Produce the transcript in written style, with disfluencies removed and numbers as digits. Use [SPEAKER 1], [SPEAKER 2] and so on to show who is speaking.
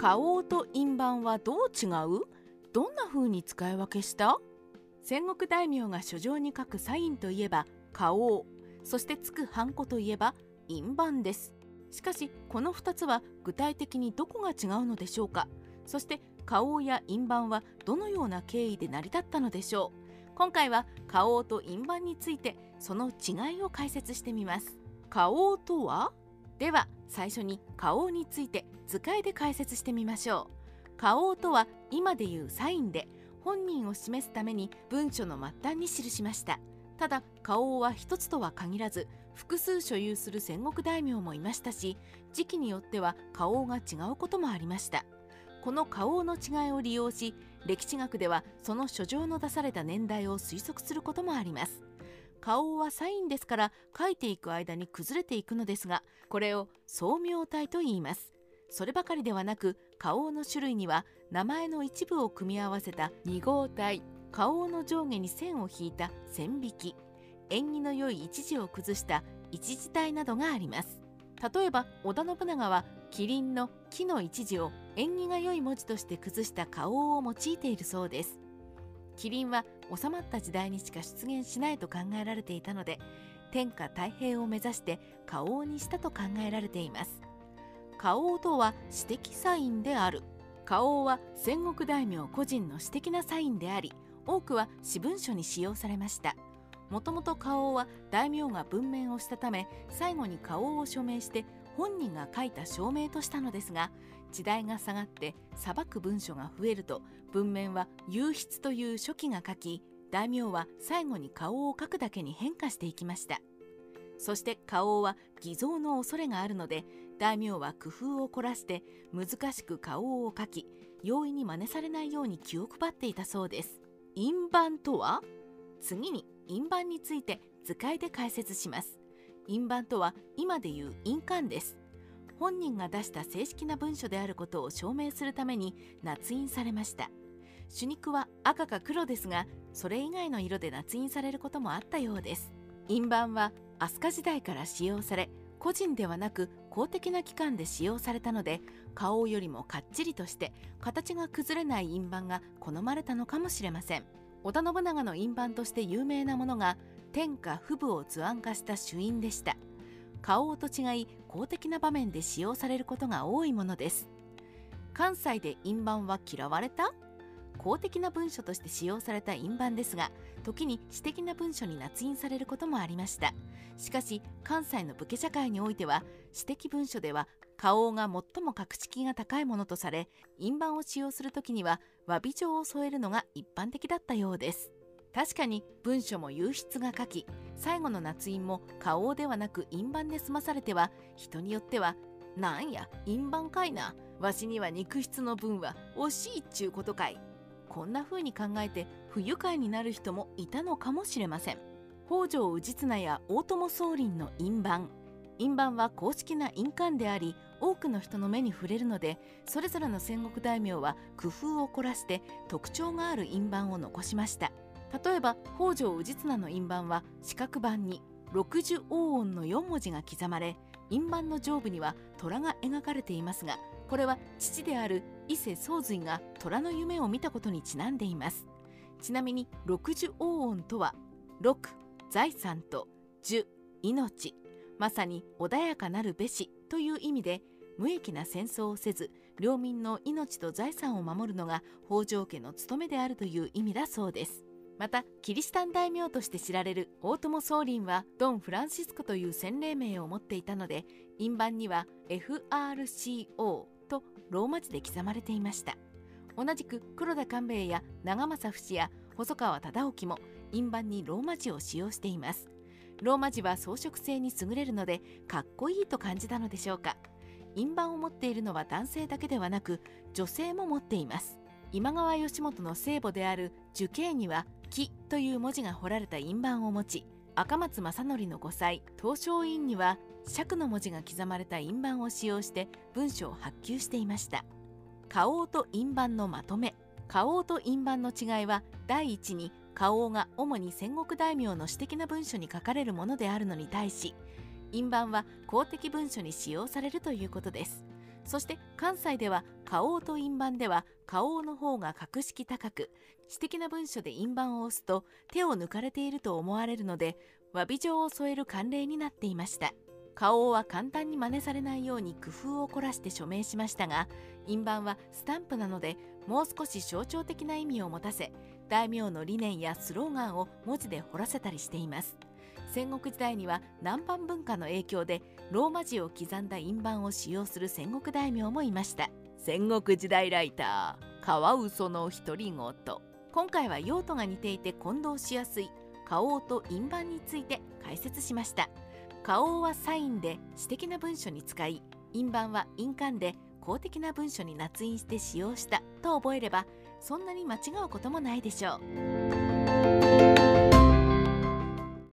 [SPEAKER 1] 花押と印判はどう違う？どんな風に使い分けした？戦国大名が書状に書くサインといえば花押、そしてつくハンコといえば印判です。しかしこの2つは具体的にどこが違うのでしょうか。そして花押や印判はどのような経緯で成り立ったのでしょう。今回は花押と印判についてその違いを解説してみます。花押とは？では最初に花押について図解で解説してみましょう。花押とは今でいうサインで、本人を示すために文書の末端に記しました。ただ花押は一つとは限らず複数所有する戦国大名もいましたし、時期によっては花押が違うこともありました。この花押の違いを利用し、歴史学ではその書状の出された年代を推測することもあります。花押はサインですから書いていく間に崩れていくのですが、これを草描体と言います。そればかりではなく、花押の種類には名前の一部を組み合わせた二号体、花押の上下に線を引いた線引き、縁起の良い一字を崩した一字体などがあります。例えば織田信長は麒麟の木の一字を縁起が良い文字として崩した花押を用いているそうです。麒麟は収まった時代にしか出現しないと考えられていたので、天下太平を目指して花押にしたと考えられています。花押とは私的サインである。花押は戦国大名個人の私的なサインであり、多くは私文書に使用されました。もともと花押は大名が文面をしたため、最後に花押を署名して本人が書いた証明としたのですが、時代が下がって裁く文書が増えると、文面は有筆という書記が書き、大名は最後に花押を書くだけに変化していきました。そして花押は偽造の恐れがあるので、大名は工夫を凝らして難しく花押を書き、容易に真似されないように気を配っていたそうです。印判とは？次に印判について図解で解説します。印判とは今でいう印鑑です。本人が出した正式な文書であることを証明するために捺印されました。朱肉は赤か黒ですが、それ以外の色で捺印されることもあったようです。印判は飛鳥時代から使用され、個人ではなく公的な機関で使用されたので、花押よりもかっちりとして形が崩れない印判が好まれたのかもしれません。織田信長の印判として有名なものが天下布武を図案化した朱印でした。花押と違い公的な場面で使用されることが多いものです。関西で印判は嫌われた？公的な文書として使用された印判ですが、時に私的な文書に捺印されることもありました。しかし関西の武家社会においては、私的文書では花押が最も格式が高いものとされ、印判を使用するときには詫び状を添えるのが一般的だったようです。確かに文書も有筆が書き、最後の捺印も花押ではなく印判で済まされては、人によってはなんや印判かいな、わしには肉筆の分は惜しいっちゅうことかい、こんな風に考えて不愉快になる人もいたのかもしれません。北条氏綱や大友宗麟の印判。印判は公式な印鑑であり、多くの人の目に触れるので、それぞれの戦国大名は工夫を凝らして特徴がある印判を残しました。例えば北条氏綱の印判は四角板に六十黄音の4文字が刻まれ、印判の上部には虎が描かれていますが、これは父である伊勢宗瑞が虎の夢を見たことにちなんでいます。ちなみに六十黄音とは、六財産と十命、まさに穏やかなるべしという意味で、無益な戦争をせず領民の命と財産を守るのが北条家の務めであるという意味だそうです。またキリシタン大名として知られる大友宗麟はドン・フランシスコという洗礼名を持っていたので、印判には FRCO とローマ字で刻まれていました。同じく黒田官兵衛や長政節や細川忠興も印判にローマ字を使用しています。ローマ字は装飾性に優れるのでかっこいいと感じたのでしょうか。印判を持っているのは男性だけではなく女性も持っています。今川義元の生母である寿慶には木という文字が彫られた印判を持ち、赤松正則の後妻東照院には釈の文字が刻まれた印判を使用して文書を発給していました。花押と印判のまとめ。花押と印判の違いは、第一に花押が主に戦国大名の私的な文書に書かれるものであるのに対し、印判は公的文書に使用されるということです。そして関西では花王と印判では花王の方が格式高く、私的な文書で印判を押すと手を抜かれていると思われるので、詫び状を添える慣例になっていました。花王は簡単に真似されないように工夫を凝らして署名しましたが、印判はスタンプなのでもう少し象徴的な意味を持たせ、大名の理念やスローガンを文字で彫らせたりしています。戦国時代には南蛮文化の影響でローマ字を刻んだ印判を使用する戦国大名もいました。戦国時代ライターカワウソの独り言。今回は用途が似ていて混同しやすい花王と印判について解説しました。花王はサインで私的な文書に使い、印判は印鑑で公的な文書に捺印して使用したと覚えれば、そんなに間違うこともないでしょう。